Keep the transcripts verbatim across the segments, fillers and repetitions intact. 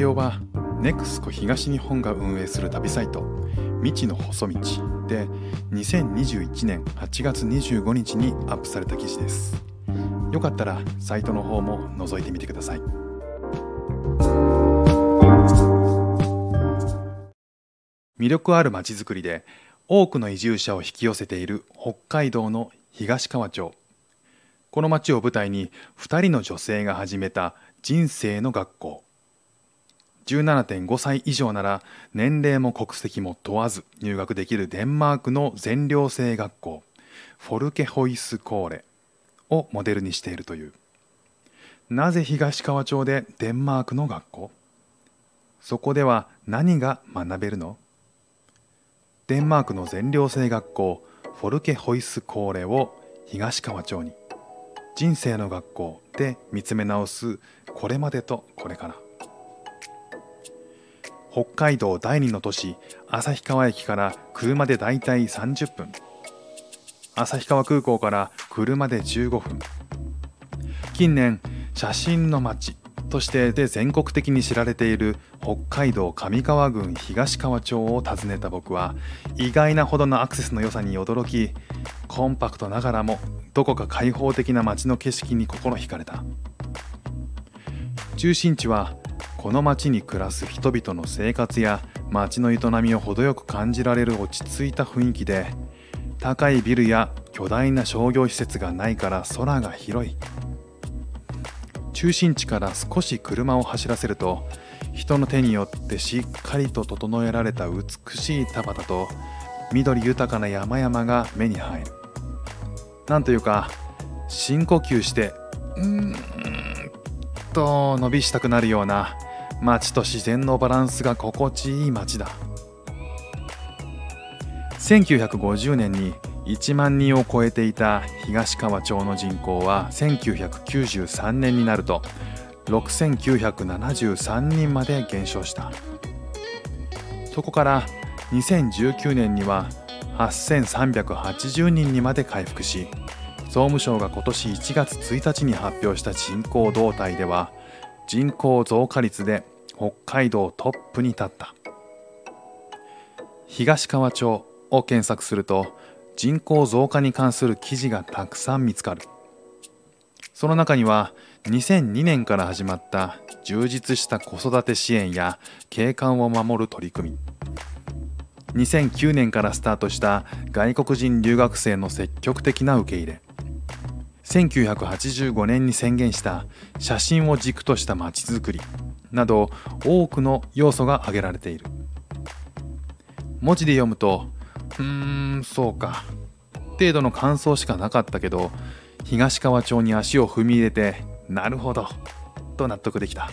オはネクスコ東日本が運営する旅サイト未知の細道でにせんにじゅういちねんはちがつにじゅうごにちにアップされた記事です。よかったらサイトの方も覗いてみてください。魅力あるまちづくりで多くの移住者を引き寄せている北海道の東川町。この町を舞台にふたりの女性が始めた人生の学校。じゅうななてんごさい以上なら年齢も国籍も問わず入学できるデンマークの全寮制学校フォルケホイスコーレをモデルにしているという。なぜ東川町でデンマークの学校？そこでは何が学べるの？デンマークの全寮制学校フォルケホイスコーレを東川町に人生の学校で見つめ直すこれまでとこれから。北海道第二の都市旭川駅から車でだいたいさんじゅっぷん、旭川空港から車でじゅうごふん。近年写真の街としてで全国的に知られている北海道上川郡東川町を訪ねた僕は意外なほどのアクセスの良さに驚き、コンパクトながらもどこか開放的な街の景色に心惹かれた。中心地はこの町に暮らす人々の生活や町の営みを程よく感じられる落ち着いた雰囲気で、高いビルや巨大な商業施設がないから空が広い。中心地から少し車を走らせると人の手によってしっかりと整えられた美しい田畑と緑豊かな山々が目に入る。なんというか深呼吸してうーんと伸びしたくなるような街と自然のバランスが心地いい街だ。せんきゅうひゃくごじゅうねんにいちまんにんを超えていた東川町の人口はせんきゅうひゃくきゅうじゅうさんねんになるとろくせんきゅうひゃくななじゅうさんにんまで減少した。そこからにせんじゅうきゅうねんにははっせんさんびゃくはちじゅうにんにまで回復し、総務省が今年いちがつついたちに発表した人口動態では人口増加率で北海道トップに立った。東川町を検索すると人口増加に関する記事がたくさん見つかる。その中にはにせんにねんから始まった充実した子育て支援や景観を守る取り組み、にせんきゅうねんからスタートした外国人留学生の積極的な受け入れ、せんきゅうひゃくはちじゅうごねんに宣言した写真を軸とした街づくりなど多くの要素が挙げられている。文字で読むとうーんそうか程度の感想しかなかったけど、東川町に足を踏み入れてなるほどと納得できた。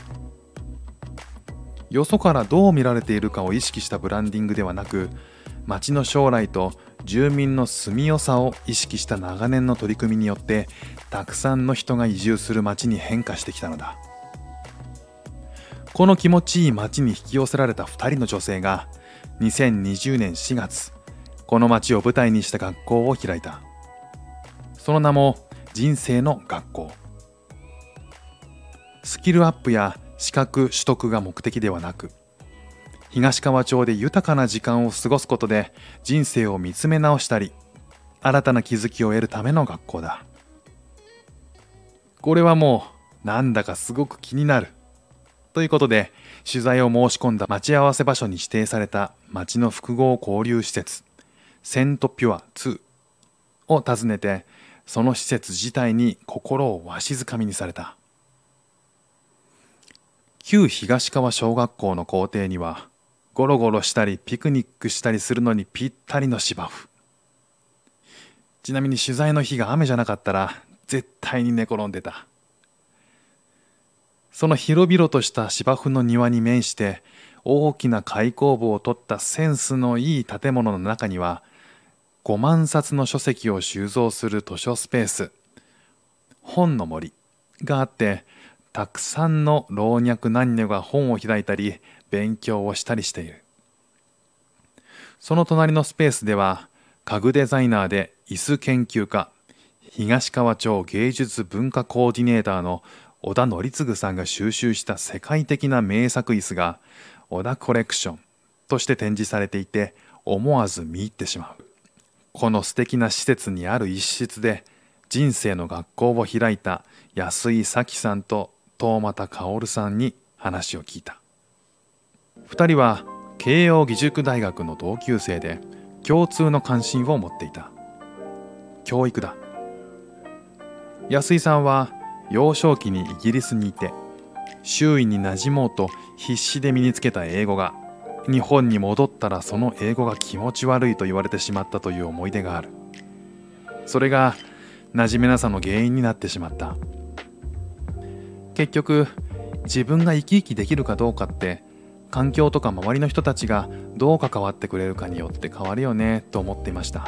よそからどう見られているかを意識したブランディングではなく、町の将来と住民の住みよさを意識した長年の取り組みによってたくさんの人が移住する町に変化してきたのだ。この気持ちいい町に引き寄せられたふたりの女性がにせんにじゅうねんしがつこの町を舞台にした学校を開いた。その名も人生の学校。スキルアップや資格取得が目的ではなく、東川町で豊かな時間を過ごすことで人生を見つめ直したり新たな気づきを得るための学校だ。これはもうなんだかすごく気になるということで取材を申し込んだ待ち合わせ場所に指定された町の複合交流施設セントピュアにを訪ねて、その施設自体に心をわしづかみにされた。旧東川小学校の校庭にはゴロゴロしたりピクニックしたりするのにぴったりの芝生。ちなみに取材の日が雨じゃなかったら絶対に寝転んでた。その広々とした芝生の庭に面して大きな開口部を取ったセンスのいい建物の中にはごまんさつの書籍を収蔵する図書スペース本の森があって、たくさんの老若男女が本を開いたり勉強をしたりしている。その隣のスペースでは家具デザイナーで椅子研究家東川町芸術文化コーディネーターの織田憲嗣さんが収集した世界的な名作椅子が織田コレクションとして展示されていて、思わず見入ってしまう。この素敵な施設にある一室で人生の学校を開いた安井咲さんと東俣薫さんに話を聞いた。二人は慶應義塾大学の同級生で共通の関心を持っていた。教育だ。安井さんは幼少期にイギリスにいて、周囲に馴染もうと必死で身につけた英語が日本に戻ったらその英語が気持ち悪いと言われてしまったという思い出がある。それが馴染めなさの原因になってしまった。結局自分が生き生きできるかどうかって環境とか周りの人たちがどう関わってくれるかによって変わるよねと思っていました。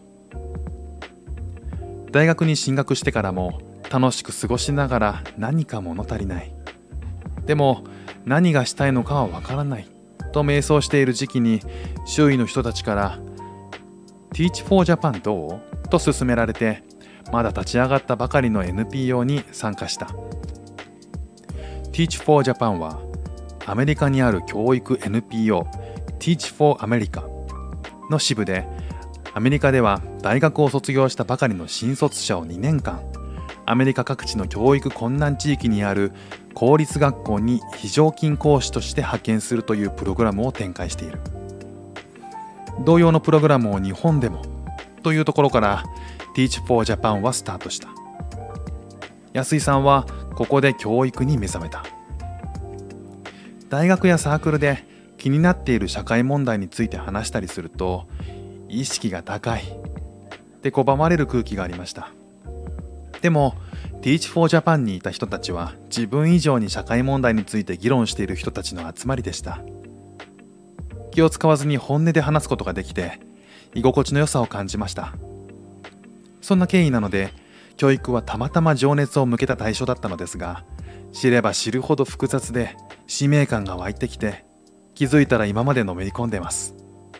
大学に進学してからも楽しく過ごしながら何か物足りない。でも何がしたいのかはわからないと迷走している時期に周囲の人たちから「Teach for Japan どう?」と勧められて、まだ立ち上がったばかりの エヌピーオー に参加した。Teach for Japan はアメリカにある教育 エヌピーオー Teach for America の支部で、アメリカでは大学を卒業したばかりの新卒者をにねんかんアメリカ各地の教育困難地域にある公立学校に非常勤講師として派遣するというプログラムを展開している。同様のプログラムを日本でもというところから Teach for Japan はスタートした。安井さんはここで教育に目覚めた。大学やサークルで気になっている社会問題について話したりすると、意識が高いって拒まれる空気がありました。でも Teach for Japan にいた人たちは自分以上に社会問題について議論している人たちの集まりでした。気を使わずに本音で話すことができて居心地の良さを感じました。そんな経緯なので教育はたまたま情熱を向けた対象だったのですが、知れば知るほど複雑で使命感が湧いてきて、気づいたら今までのめり込んでます。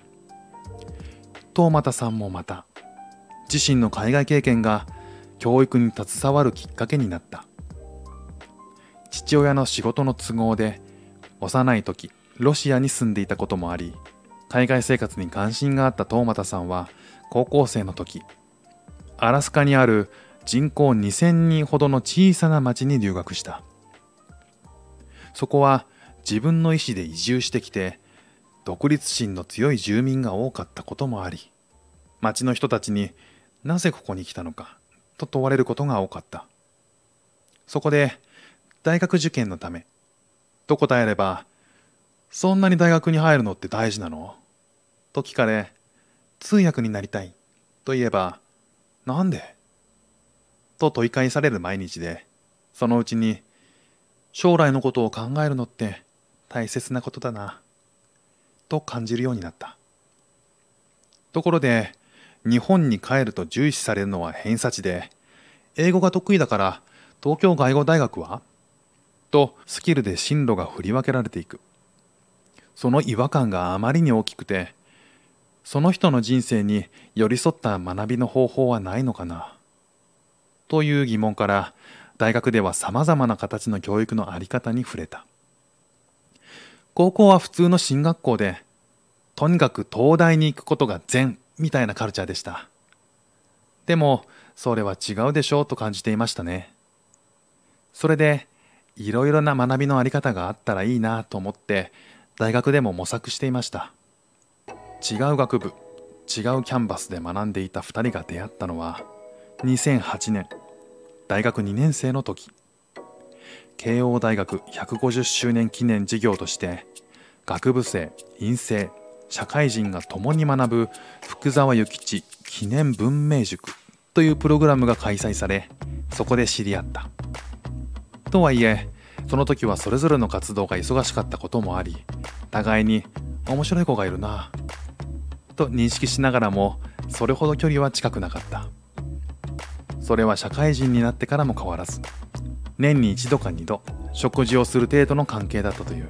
東俣さんもまた自身の海外経験が教育に携わるきっかけになった。父親の仕事の都合で幼い時ロシアに住んでいたこともあり、海外生活に関心があった東俣さんは高校生の時、アラスカにある人口にせんにんほどの小さな町に留学した。そこは自分の意思で移住してきて、独立心の強い住民が多かったこともあり、町の人たちになぜここに来たのかと問われることが多かった。そこで大学受験のためと答えれば、そんなに大学に入るのって大事なのと聞かれ、通訳になりたいと言えば、なんでと問い返される毎日で、そのうちに将来のことを考えるのって大切なことだなと感じるようになった。ところで日本に帰ると重視されるのは偏差値で、英語が得意だから東京外語大学はとスキルで進路が振り分けられていく。その違和感があまりに大きくて、その人の人生に寄り添った学びの方法はないのかなという疑問から、大学ではさまざまな形の教育のあり方に触れた。高校は普通の進学校で、とにかく東大に行くことが善みたいなカルチャーでした。でもそれは違うでしょうと感じていましたね。それでいろいろな学びのあり方があったらいいなと思って大学でも模索していました。違う学部、違うキャンバスで学んでいたふたりが出会ったのはにせんはちねん、大学にねん生の時。慶応大学ひゃくごじゅっしゅうねん記念事業として学部生、院生、社会人が共に学ぶ福沢諭吉記念文明塾というプログラムが開催され、そこで知り合った。とはいえその時はそれぞれの活動が忙しかったこともあり、互いに面白い子がいるなと認識しながらも、それほど距離は近くなかった。それは社会人になってからも変わらず、年に一度か二度食事をする程度の関係だったという。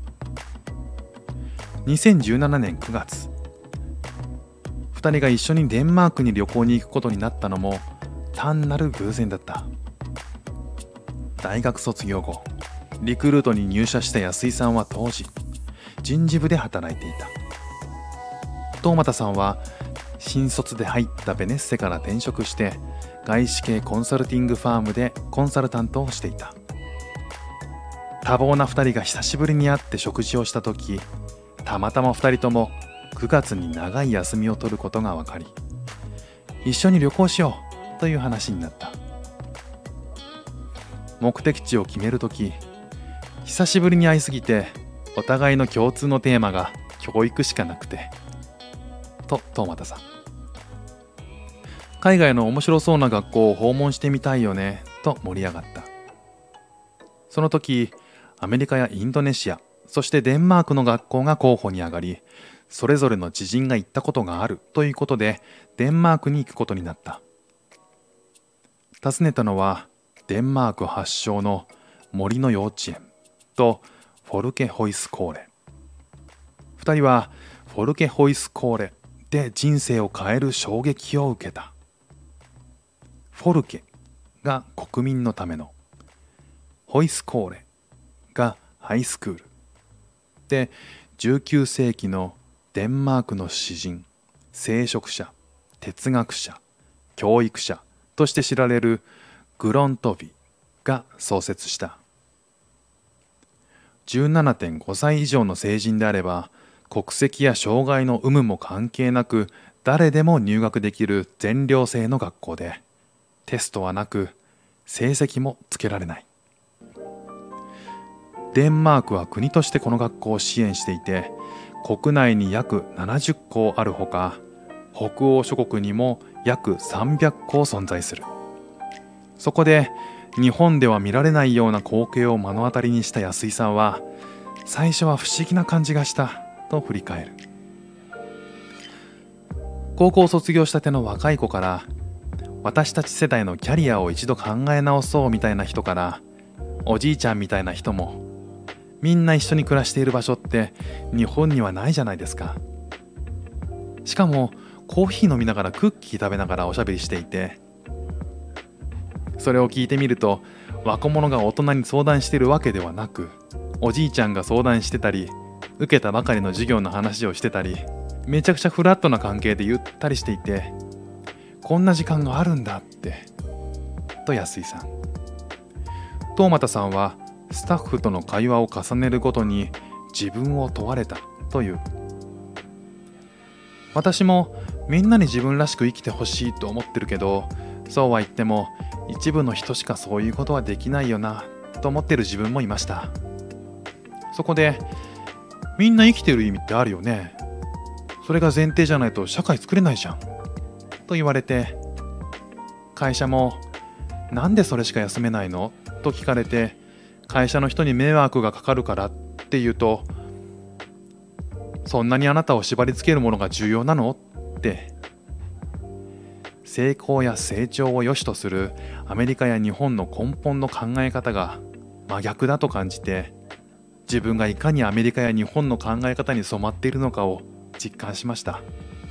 にせんじゅうななねんくがつ、ふたりが一緒にデンマークに旅行に行くことになったのも単なる偶然だった。 大学卒業後、リクルートに入社した安井さんは当時、人事部で働いていた。東俣さんは新卒で入ったベネッセから転職して外資系コンサルティングファームでコンサルタントをしていた。多忙なふたりが久しぶりに会って食事をした時、たまたまふたりともくがつに長い休みを取ることが分かり、一緒に旅行しようという話になった。目的地を決める時、久しぶりに会いすぎてお互いの共通のテーマが教育しかなくて、と東俣さん。海外の面白そうな学校を訪問してみたいよねと盛り上がった。その時、アメリカやインドネシア、そしてデンマークの学校が候補に上がり、それぞれの知人が行ったことがあるということでデンマークに行くことになった。訪ねたのはデンマーク発祥の森の幼稚園とフォルケホイスコーレ。二人はフォルケホイスコーレで人生を変える衝撃を受けた。フォルケが国民のための、ホイスコーレがハイスクールで、じゅうきゅうせいきのデンマークの詩人、聖職者、哲学者、教育者として知られるグロントビが創設した。じゅうななてんごさい以上の成人であれば、国籍や障害の有無も関係なく誰でも入学できる全寮制の学校で、テストはなく成績もつけられない。デンマークは国としてこの学校を支援していて、国内に約ななじゅっこうあるほか、北欧諸国にも約さんびゃっこう存在する。そこで日本では見られないような光景を目の当たりにした安井さんは、最初は不思議な感じがしたと振り返る。高校を卒業したての若い子から、私たち世代のキャリアを一度考え直そうみたいな人から、おじいちゃんみたいな人も、みんな一緒に暮らしている場所って日本にはないじゃないですか。しかもコーヒー飲みながらクッキー食べながらおしゃべりしていて、それを聞いてみると、若者が大人に相談しているわけではなく、おじいちゃんが相談してたり、受けたばかりの授業の話をしてたり、めちゃくちゃフラットな関係でゆったりしていて、こんな時間があるんだってと安井さん。東俣さんはスタッフとの会話を重ねるごとに自分を問われたという。私もみんなに自分らしく生きてほしいと思ってるけど、そうは言っても一部の人しかそういうことはできないよなと思ってる自分もいました。そこで、みんな生きてる意味ってあるよね。それが前提じゃないと社会作れないじゃんと言われて、会社もなんでそれしか休めないのと聞かれて、会社の人に迷惑がかかるからって言うと、そんなにあなたを縛り付けるものが重要なのって。成功や成長を良しとするアメリカや日本の根本の考え方が真逆だと感じて、自分がいかにアメリカや日本の考え方に染まっているのかを実感しました。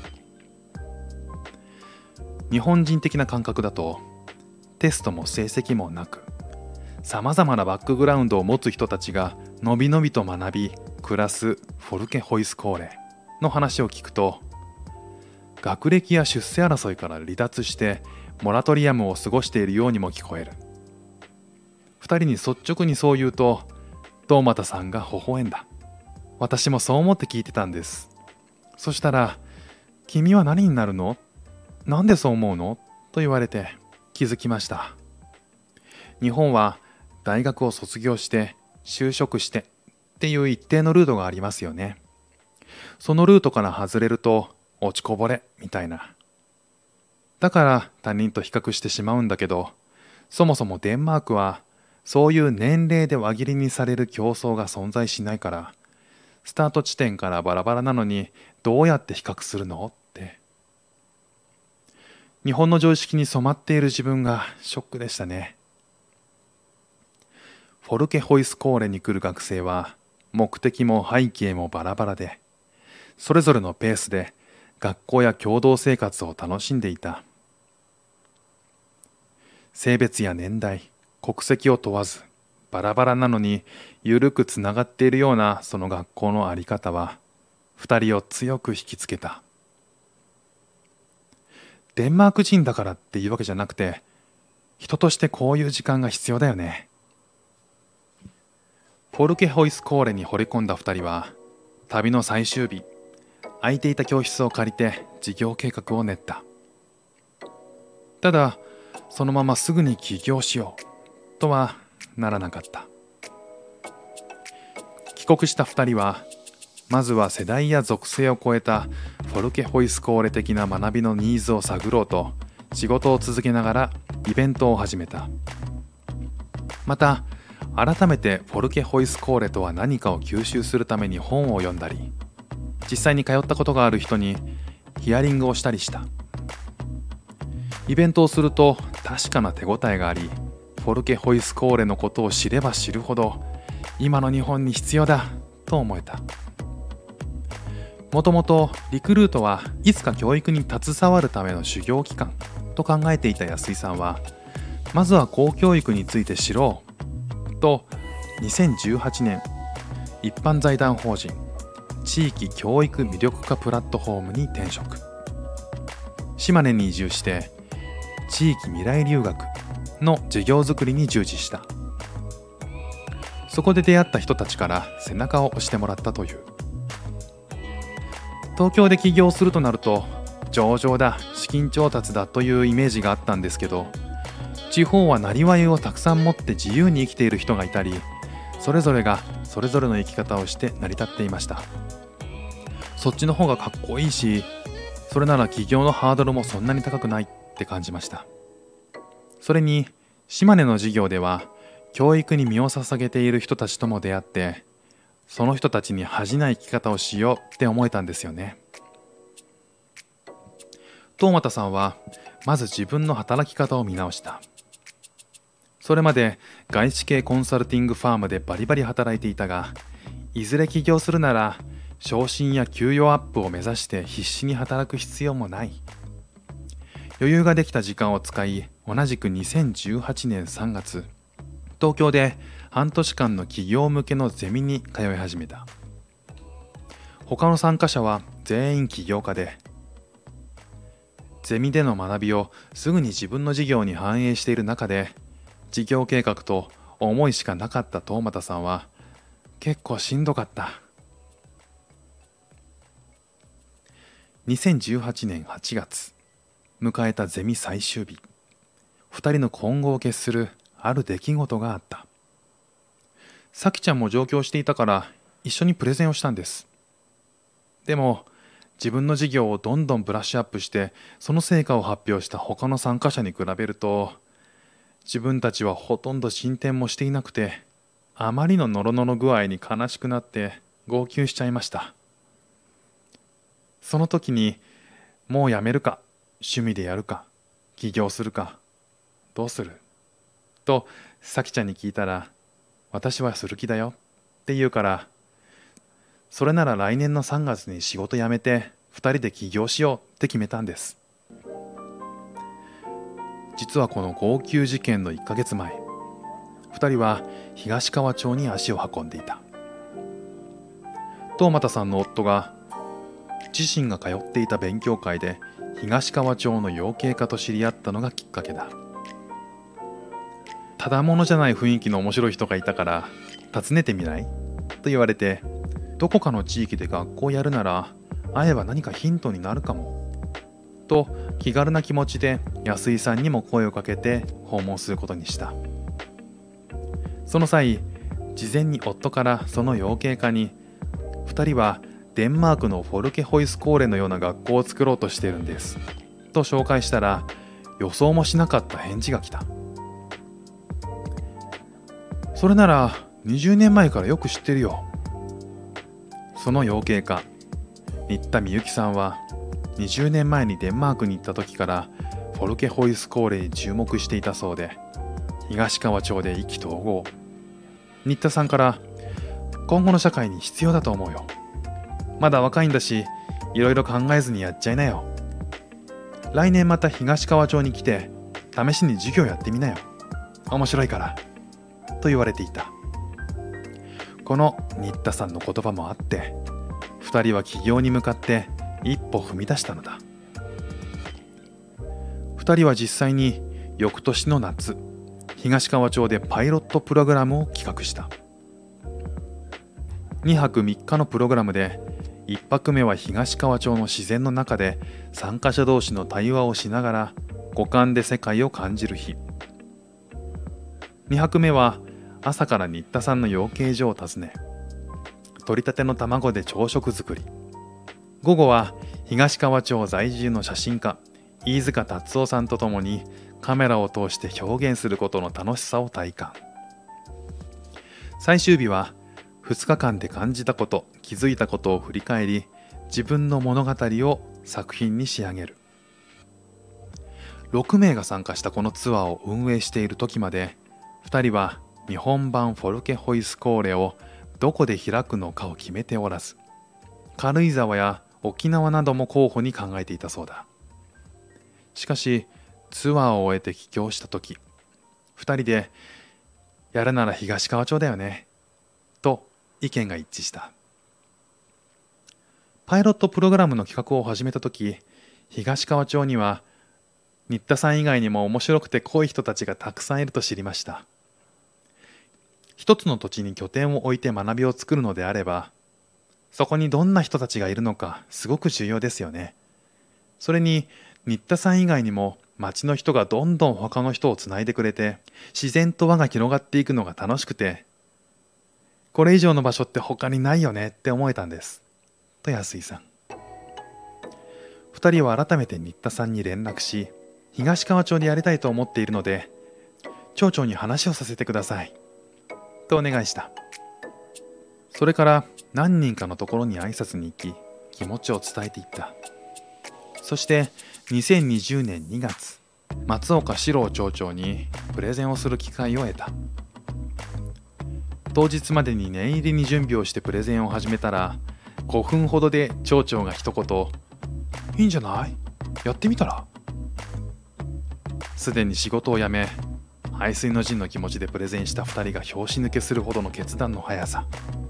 日本人的な感覚だと、テストも成績もなく、さまざまなバックグラウンドを持つ人たちがのびのびと学び暮らすフォルケホイスコーレの話を聞くと、学歴や出世争いから離脱してモラトリアムを過ごしているようにも聞こえる。二人に率直にそう言うと、東俣さんが微笑んだ。私もそう思って聞いてたんです。そしたら、君は何になるの？なんでそう思うの？と言われて気づきました。日本は大学を卒業して就職してっていう一定のルートがありますよね。そのルートから外れると落ちこぼれみたいな。だから他人と比較してしまうんだけど、そもそもデンマークはそういう年齢で輪切りにされる競争が存在しないから、スタート地点からバラバラなのにどうやって比較するのって。日本の常識に染まっている自分がショックでしたね。フォルケホイスコーレに来る学生は目的も背景もバラバラで、それぞれのペースで学校や共同生活を楽しんでいた。性別や年代、 国籍を問わずバラバラなのに緩くつながっているようなその学校のあり方は二人を強く引きつけた。デンマーク人だからっていうわけじゃなくて、人としてこういう時間が必要だよね。フォルケホイスコーレに惚れ込んだ二人は旅の最終日、空いていた教室を借りて事業計画を練った。ただそのまますぐに起業しようとはならなかった。帰国した二人はまずは世代や属性を超えたフォルケホイスコーレ的な学びのニーズを探ろうと仕事を続けながらイベントを始めた。また改めてフォルケホイスコーレとは何かを吸収するために本を読んだり、実際に通ったことがある人にヒアリングをしたりした。イベントをすると確かな手応えがあり、フォルケホイスコーレのことを知れば知るほど今の日本に必要だと思えた。もともとリクルートはいつか教育に携わるための修行期間と考えていた安井さんは、まずは公教育について知ろうとにせんじゅうはちねん一般財団法人地域教育魅力化プラットフォームに転職。島根に移住して地域未来留学の授業づくりに従事した。そこで出会った人たちから背中を押してもらったという。東京で起業するとなると上場だ、資金調達だというイメージがあったんですけど、地方はなりわいをたくさん持って自由に生きている人がいたり、それぞれがそれぞれの生き方をして成り立っていました。そっちの方がかっこいいし、それなら起業のハードルもそんなに高くないって感じました。それに島根の授業では教育に身を捧げている人たちとも出会って、その人たちに恥じない生き方をしようって思えたんですよね。東俣さんはまず自分の働き方を見直した。それまで外資系コンサルティングファームでバリバリ働いていたが、いずれ起業するなら昇進や給与アップを目指して必死に働く必要もない。余裕ができた時間を使い、同じくにせんじゅうはちねんさんがつ、東京で半年間の企業向けのゼミに通い始めた。他の参加者は全員起業家で、ゼミでの学びをすぐに自分の事業に反映している中で、事業計画と思いしかなかった東俣さんは結構しんどかった。にせんじゅうはちねんはちがつ、迎えたゼミ最終日、二人の今後を決するある出来事があった。さきちゃんも上京していたから一緒にプレゼンをしたんです。でも自分の事業をどんどんブラッシュアップしてその成果を発表した他の参加者に比べると、自分たちはほとんど進展もしていなくて、あまりのノロノロ具合に悲しくなって号泣しちゃいました。その時にもうやめるか、趣味でやるか、起業するか、どうするとさきちゃんに聞いたら、私はする気だよって言うから、それなら来年のさんがつに仕事辞めてふたりで起業しようって決めたんです。実はこの号泣事件のいっかげつまえ、ふたりは東川町に足を運んでいた。東俣さんの夫が自身が通っていた勉強会で東川町の養鶏家と知り合ったのがきっかけだ。ただものじゃない雰囲気の面白い人がいたから訪ねてみないと言われて、どこかの地域で学校やるなら会えば何かヒントになるかもと気軽な気持ちで安井さんにも声をかけて訪問することにした。その際、事前に夫からその養鶏家に、ふたりはデンマークのフォルケホイスコーレのような学校を作ろうとしているんですと紹介したら、予想もしなかった返事が来た。それならにじゅうねんまえからよく知ってるよ。その養鶏家新田美幸さんはにじゅうねんまえにデンマークに行った時からフォルケホイスコーレに注目していたそうで、東川町で意気投合。新田さんから、今後の社会に必要だと思うよ。まだ若いんだし、いろいろ考えずにやっちゃいなよ。来年また東川町に来て試しに授業やってみなよ。 面白いからと言われていた。この新田さんの言葉もあって二人は起業に向かって一歩踏み出したのだ。二人は実際に翌年の夏、東川町でパイロットプログラムを企画した。にはくみっかのプログラムでいっぱくめは東川町の自然の中で参加者同士の対話をしながら五感で世界を感じる日。にはくめは朝から新田さんの養鶏場を訪ね、取りたての卵で朝食作り。午後は東川町在住の写真家飯塚達夫さんと共にカメラを通して表現することの楽しさを体感。最終日はふつかかんで感じたこと、気づいたことを振り返り、自分の物語を作品に仕上げる。ろくめいが参加したこのツアーを運営している時まで、ふたりは日本版フォルケホイスコーレをどこで開くのかを決めておらず、軽井沢や沖縄なども候補に考えていたそうだ。しかしツアーを終えて帰郷した時、ふたりでやるなら東川町だよねと意見が一致した。パイロットプログラムの企画を始めた時、東川町には新田さん以外にも面白くて濃い人たちがたくさんいると知りました。一つの土地に拠点を置いて学びを作るのであれば、そこにどんな人たちがいるのかすごく重要ですよね。それに新田さん以外にも町の人がどんどん他の人をつないでくれて、自然と輪が広がっていくのが楽しくて、これ以上の場所って他にないよねって思えたんですと安井さん。二人は改めて新田さんに連絡し、東川町でやりたいと思っているので町長に話をさせてくださいとお願いした。それから何人かのところに挨拶に行き、気持ちを伝えていった。そしてにせんにじゅうねんにがつ、松岡史郎町長にプレゼンをする機会を得た。当日までに念入りに準備をしてプレゼンを始めたら、ごふんほどで町長が一言「いいんじゃない？やってみたら？」すでに仕事を辞め、背水の陣の気持ちでプレゼンしたふたりが拍子抜けするほどの決断の速さ。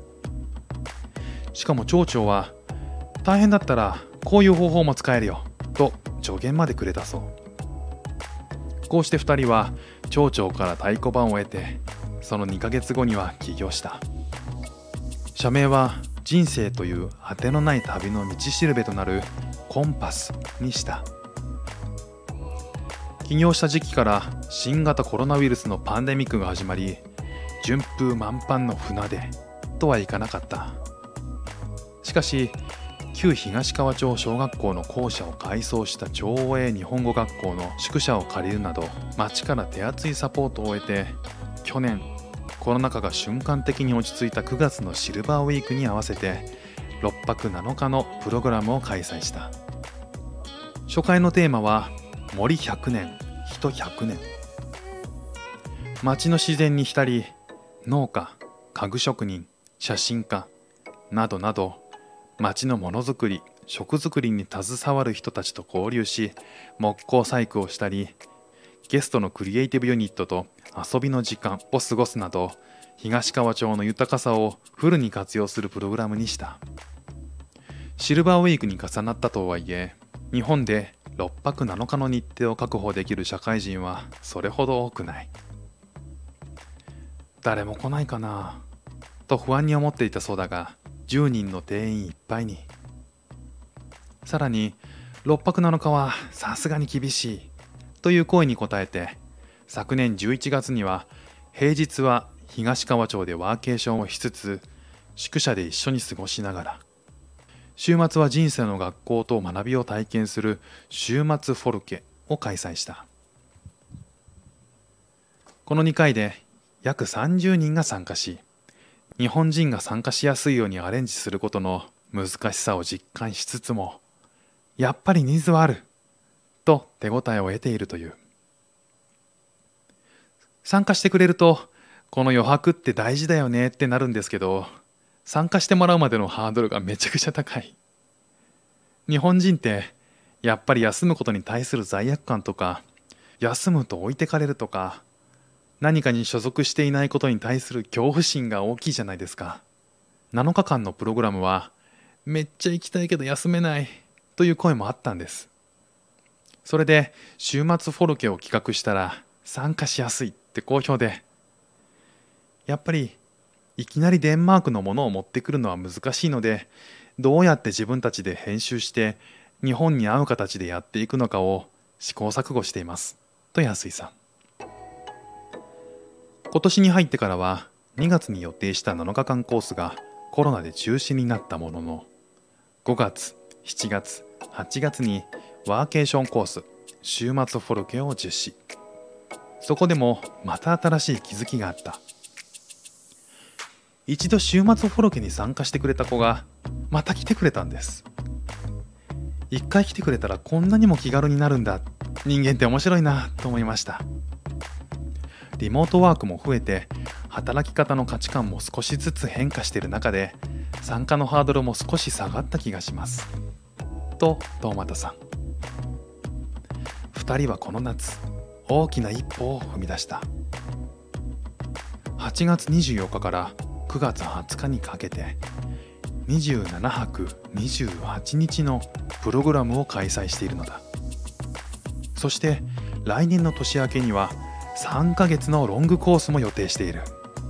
しかも町長は「大変だったらこういう方法も使えるよ」と助言までくれたそう。こうしてふたりは町長から太鼓判を得て、そのにかげつごには起業した。社名は人生という果てのない旅の道しるべとなるコンパスにした。起業した時期から新型コロナウイルスのパンデミックが始まり、順風満帆の船出とはいかなかった。しかし旧東川町小学校の校舎を改装した町営日本語学校の宿舎を借りるなど、町から手厚いサポートを得て、去年コロナ禍が瞬間的に落ち着いたくがつのシルバーウィークに合わせてろっぱくなのかのプログラムを開催した。初回のテーマは森ひゃくねん、人ひゃくねん。町の自然に浸り、農家、家具職人、写真家などなど、町のものづくり、食作りに携わる人たちと交流し、木工細工をしたり、ゲストのクリエイティブユニットと遊びの時間を過ごすなど、東川町の豊かさをフルに活用するプログラムにした。シルバーウィークに重なったとはいえ、日本でろっぱくなのかの日程を確保できる社会人はそれほど多くない。誰も来ないかなと不安に思っていたそうだが、じゅうにんの定員いっぱいに。さらにろっぱくなのかはさすがに厳しいという声に応えて、昨年じゅういちがつには平日は東川町でワーケーションをしつつ、宿舎で一緒に過ごしながら、週末は人生の学校と学びを体験する週末フォルケを開催した。このにかいで約さんじゅうにんが参加し、日本人が参加しやすいようにアレンジすることの難しさを実感しつつも、やっぱりニーズはあると手応えを得ているという。参加してくれると、この余白って大事だよねってなるんですけど、参加してもらうまでのハードルがめちゃくちゃ高い。日本人ってやっぱり休むことに対する罪悪感とか、休むと置いてかれるとか、 何かに所属していないことに対する恐怖心が大きいじゃないですか。なのかかんのプログラムはめっちゃ行きたいけど休めないという声もあったんです。それで週末フォルケを企画したら参加しやすいって好評で、やっぱりいきなりデンマークのものを持ってくるのは難しいので、どうやって自分たちで編集して日本に合う形でやっていくのかを試行錯誤していますと安井さん。今年に入ってからはにがつに予定したなのかかんコースがコロナで中止になったものの、ごがつ、しちがつ、はちがつにワーケーションコース週末フォルケを実施。そこでもまた新しい気づきがあった。一度週末フォルケに参加してくれた子がまた来てくれたんです。一回来てくれたらこんなにも気軽になるんだ、人間って面白いなと思いました。リモートワークも増えて働き方の価値観も少しずつ変化している中で、参加のハードルも少し下がった気がしますと東俣さん。ふたりはこの夏大きな一歩を踏み出した。はちがつにじゅうよっかからくがつはつかにかけてにじゅうななはくにじゅうはちにちのプログラムを開催しているのだ。そして来年の年明けにはさんかげつのロングコースも予定している。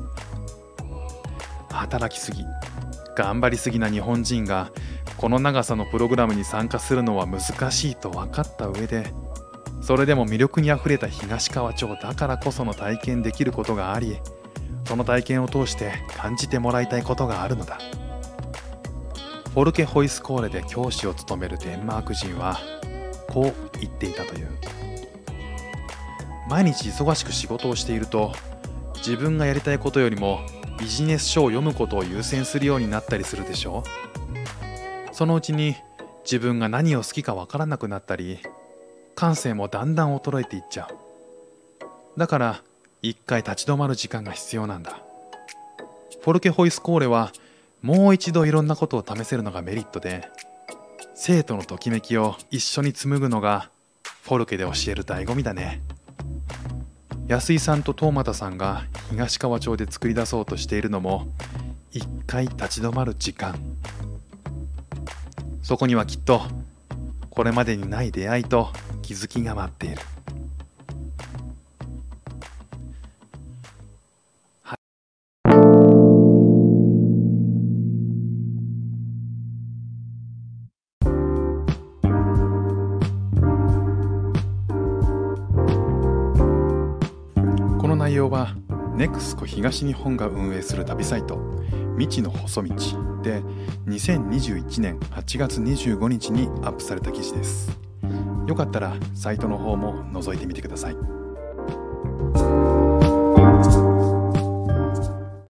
働きすぎ、頑張りすぎな日本人がこの長さのプログラムに参加するのは難しいと分かった上で、それでも魅力にあふれた東川町だからこその体験できることがあり、その体験を通して感じてもらいたいことがあるのだ。フォルケホイスコーレで教師を務めるデンマーク人はこう言っていたという。毎日忙しく仕事をしていると、自分がやりたいことよりもビジネス書を読むことを優先するようになったりするでしょ。そのうちに自分が何を好きかわからなくなったり、感性もだんだん衰えていっちゃう。だから一回立ち止まる時間が必要なんだ。フォルケホイスコーレはもう一度いろんなことを試せるのがメリットで、生徒のときめきを一緒に紡ぐのがフォルケで教える醍醐味だね。安井さんと東俣さんが東川町で作り出そうとしているのも一回立ち止まる時間。そこにはきっとこれまでにない出会いと気づきが待っている。この内容はネクスコ東日本が運営する旅サイト未知の細道でにせんにじゅういちねんはちがつにじゅうごにちにアップされた記事です。よかったらサイトの方も覗いてみてください。